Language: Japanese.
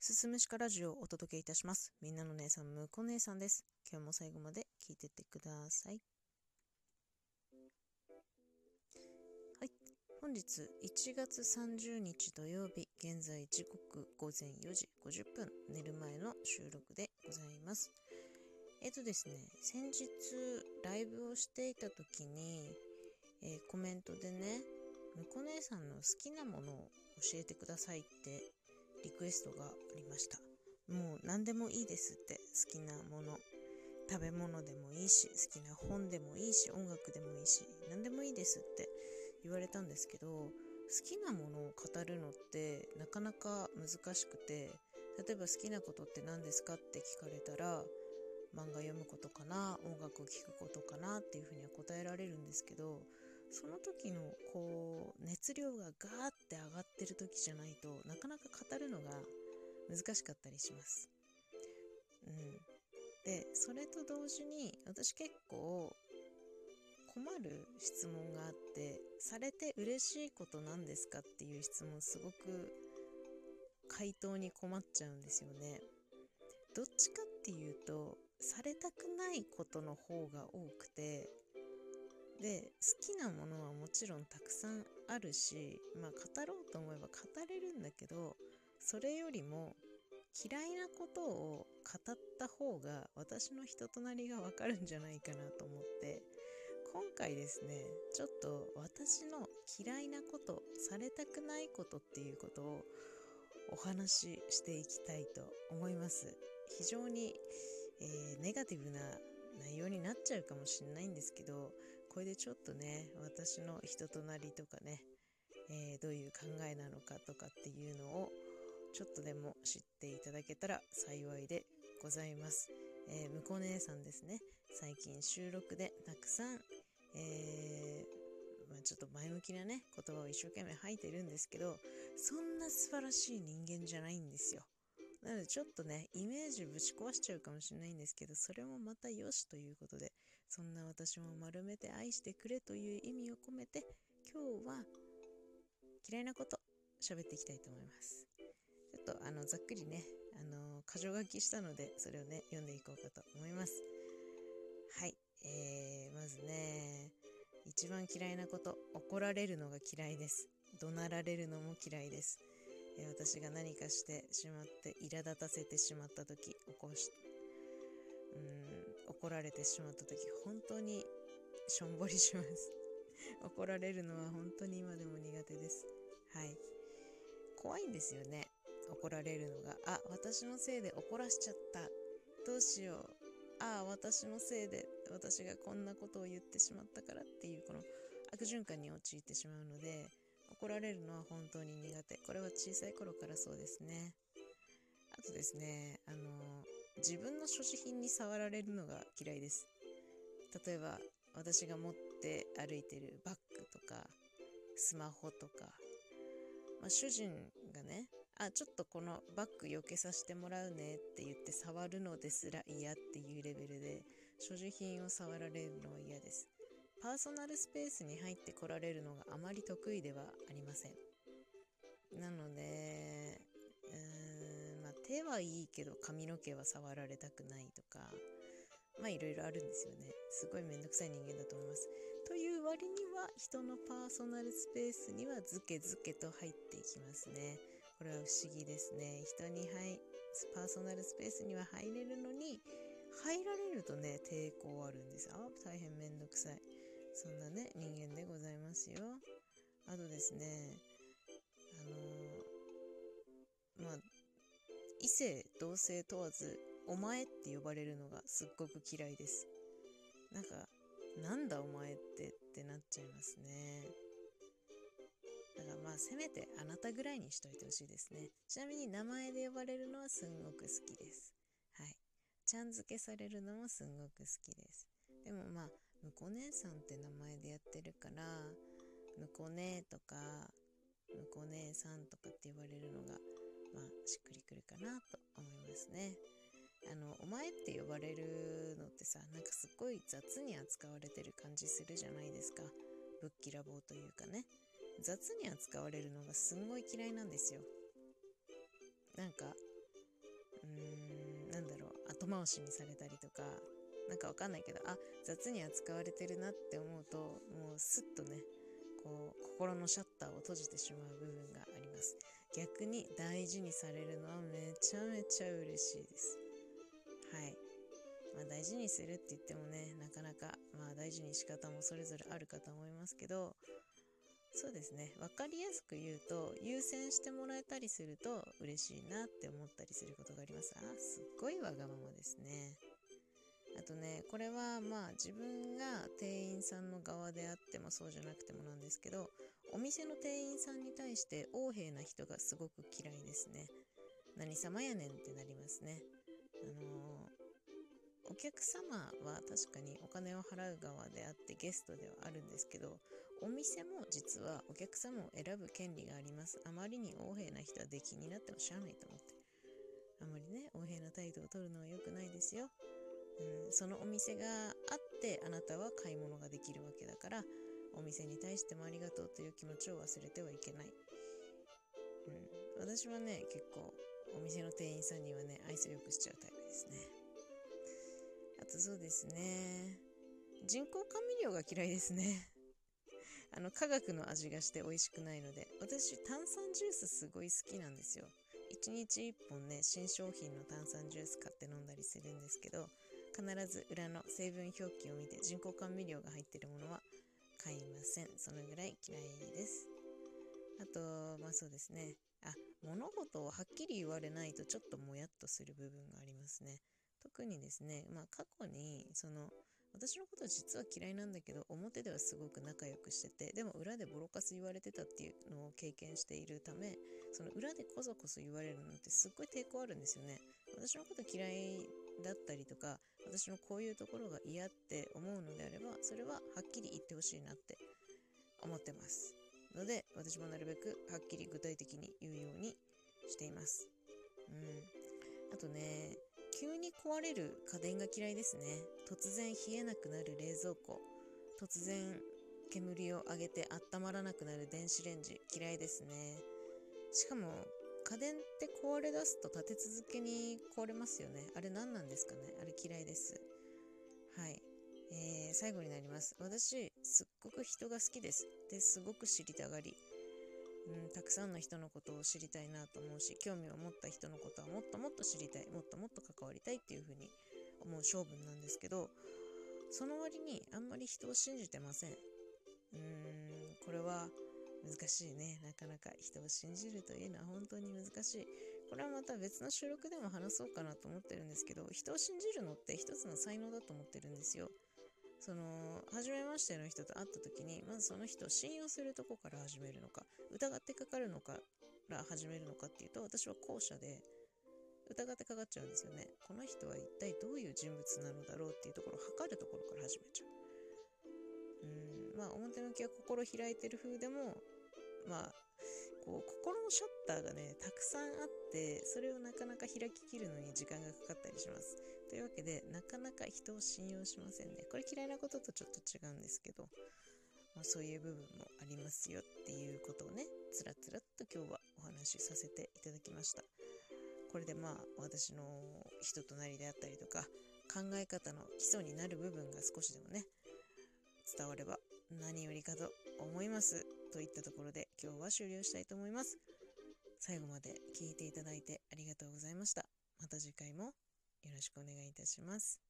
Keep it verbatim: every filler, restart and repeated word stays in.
すすむしかラジオをお届けいたします。みんなの姉さん、むこ姉さんです。今日も最後まで聞いてってください。はい。本日いちがつさんじゅうにち土曜日、現在時刻ごぜんよじごじゅっぷん、寝る前の収録でございます。えっとですね、先日ライブをしていた時に、えーコメントでね、むこ姉さんの好きなものを教えてくださいってリクエストがありました。もう何でもいいですって。好きなもの、食べ物でもいいし、好きな本でもいいし、音楽でもいいし、何でもいいですって言われたんですけど、好きなものを語るのってなかなか難しくて、例えば好きなことって何ですかって聞かれたら、漫画読むことかな、音楽を聴くことかなっていうふうには答えられるんですけど、その時のこう熱量がガーって上がってる時じゃないとなかなか語るのが難しかったりします。うん、でそれと同時に私結構困る質問があって、されて嬉しいことなんですかっていう質問、すごく回答に困っちゃうんですよね。どっちかっていうとされたくないことの方が多くて、で好きなものはもちろんたくさんあるし、まあ語ろうと思えば語れるんだけど、それよりも嫌いなことを語った方が私の人となりがわかるんじゃないかなと思って、今回ですね、ちょっと私の嫌いなこと、されたくないことっていうことをお話ししていきたいと思います。非常に、えーネガティブな内容になっちゃうかもしれないんですけど、これでちょっとね、私の人となりとかね、えーどういう考えなのかとかっていうのをちょっとでも知っていただけたら幸いでございます。えー、むこ姉さんですね、最近収録でたくさん、えーまあ、ちょっと前向きなね言葉を一生懸命吐いてるんですけど、そんな素晴らしい人間じゃないんですよ。なのでちょっとねイメージぶち壊しちゃうかもしれないんですけど、それもまたよしということで、そんな私も丸めて愛してくれという意味を込めて、今日は嫌いなこと喋っていきたいと思います。ちょっとあのざっくりね、あの箇条書きしたので、それをね読んでいこうかと思います。はい、えー、まずね、一番嫌いなこと、怒られるのが嫌いです。怒鳴られるのも嫌いです。えー私が何かしてしまって苛立たせてしまった時、怒しうーん怒られてしまった時、本当にしょんぼりします。怒られるのは本当に今でも苦手です。はい、怖いんですよね、怒られるのが。あ、私のせいで怒らしちゃった、どうしよう、ああ私のせいで私がこんなことを言ってしまったからっていう、この悪循環に陥ってしまうので、怒られるのは本当に苦手。これは小さい頃からそうですね。あとですね、あの自分の所持品に触られるのが嫌いです。例えば私が持って歩いてるバッグとかスマホとか、まあ、主人がね、あ、ちょっとこのバッグ避けさせてもらうねって言って触るのですら嫌っていうレベルで、所持品を触られるのは嫌です。パーソナルスペースに入ってこられるのがあまり得意ではありません。なので、うーん、まあ、手はいいけど髪の毛は触られたくないとか、まあいろいろあるんですよね。すごいめんどくさい人間だと思います。という割には人のパーソナルスペースにはズケズケと入っていきますね。これは不思議ですね。人に入パーソナルスペースには入れるのに、入られるとね抵抗あるんです。あ、大変めんどくさい。そんなね人間でございますよ。あとですね、あのー、まあ異性同性問わずお前って呼ばれるのがすっごく嫌いです。なんか、なんだお前ってってなっちゃいますね。だからまあせめてあなたぐらいにしといてほしいですね。ちなみに名前で呼ばれるのはすんごく好きです。はい。ちゃん付けされるのもすんごく好きです。でもまあむこ姉さんって名前でやってるから、むこ姉とかむこ姉さんとかって呼ばれるのがまあしっくりくるかなと思いますね。あのお前って呼ばれるのってさ、なんかすっごい雑に扱われてる感じするじゃないですか。ぶっきらぼうというかね、雑に扱われるのがすんごい嫌いなんですよ。なんか回しにされたりとか、なんかわかんないけど、あ、雑に扱われてるなって思うと、もうスッとね、こう心のシャッターを閉じてしまう部分があります。逆に大事にされるのはめちゃめちゃ嬉しいです。はい。まあ大事にするって言ってもね、なかなかまあ大事に仕方もそれぞれあるかと思いますけど、そうですね、わかりやすく言うと、優先してもらえたりすると嬉しいなって思ったりすることがあります。あ、すっごいわがままですね。あとね、これはまあ自分が店員さんの側であってもそうじゃなくてもなんですけど、お店の店員さんに対して横柄な人がすごく嫌いですね。何様やねんってなりますね。あのーお客様は確かにお金を払う側であってゲストではあるんですけど、お店も実はお客様を選ぶ権利があります。あまりに横柄な人は出来になってもしゃあないと思って。あまりね、横柄な態度を取るのは良くないですよ。うん、そのお店があってあなたは買い物ができるわけだから、お店に対してもありがとうという気持ちを忘れてはいけない。うん、私はね、結構お店の店員さんにはね、愛想よくしちゃうタイプですね。あとそうですね、人工甘味料が嫌いですね。あの化学の味がして美味しくないので、私炭酸ジュースすごい好きなんですよ。いちにちいっぽんね、新商品の炭酸ジュース買って飲んだりするんですけど、必ず裏の成分表記を見て人工甘味料が入っているものは買いません。そのぐらい嫌いです。あとまあそうですね、あ、物事をはっきり言われないとちょっともやっとする部分がありますね。特にですね、まあ過去にその私のこと実は嫌いなんだけど表ではすごく仲良くしてて、でも裏でボロカス言われてたっていうのを経験しているため、その裏でこそこそ言われるのってすっごい抵抗あるんですよね。私のこと嫌いだったりとか、私のこういうところが嫌って思うのであれば、それははっきり言ってほしいなって思ってますので、私もなるべくはっきり具体的に言うようにしています。うん。あとね、急に壊れる家電が嫌いですね。突然冷えなくなる冷蔵庫、突然煙を上げて温まらなくなる電子レンジ、嫌いですね。しかも家電って壊れ出すと立て続けに壊れますよね。あれ何なんですかね。あれ嫌いです。はい。えー、最後になります。私すっごく人が好きです。ですごく知りたがり、うん、たくさんの人のことを知りたいなと思うし、興味を持った人のことはもっともっと知りたい、もっともっと関わりたいっていうふうに思う性分なんですけど、その割にあんまり人を信じてません。うーんこれは難しいね。なかなか人を信じるというのは本当に難しい。これはまた別の収録でも話そうかなと思ってるんですけど、人を信じるのって一つの才能だと思ってるんですよ。その初めましての人と会った時に、まずその人を信用するとこから始めるのか、疑ってかかるのから始めるのかっていうと、私は後者で疑ってかかっちゃうんですよね。この人は一体どういう人物なのだろうっていうところを測るところから始めちゃう。うんまあ表向きは心開いてる風でも、まあこう心のシャッターがねたくさんあって、それをなかなか開ききるのに時間がかかったりします。というわけで、なかなか人を信用しませんね。これ嫌いなこととちょっと違うんですけど、まあ、そういう部分もありますよっていうことをね、つらつらっと今日はお話しさせていただきました。これでまあ私の人となりであったりとか考え方の基礎になる部分が少しでもね伝われば何よりかと思います。といったところで今日は終了したいと思います。最後まで聞いていただいてありがとうございました。また次回もよろしくお願いいたします。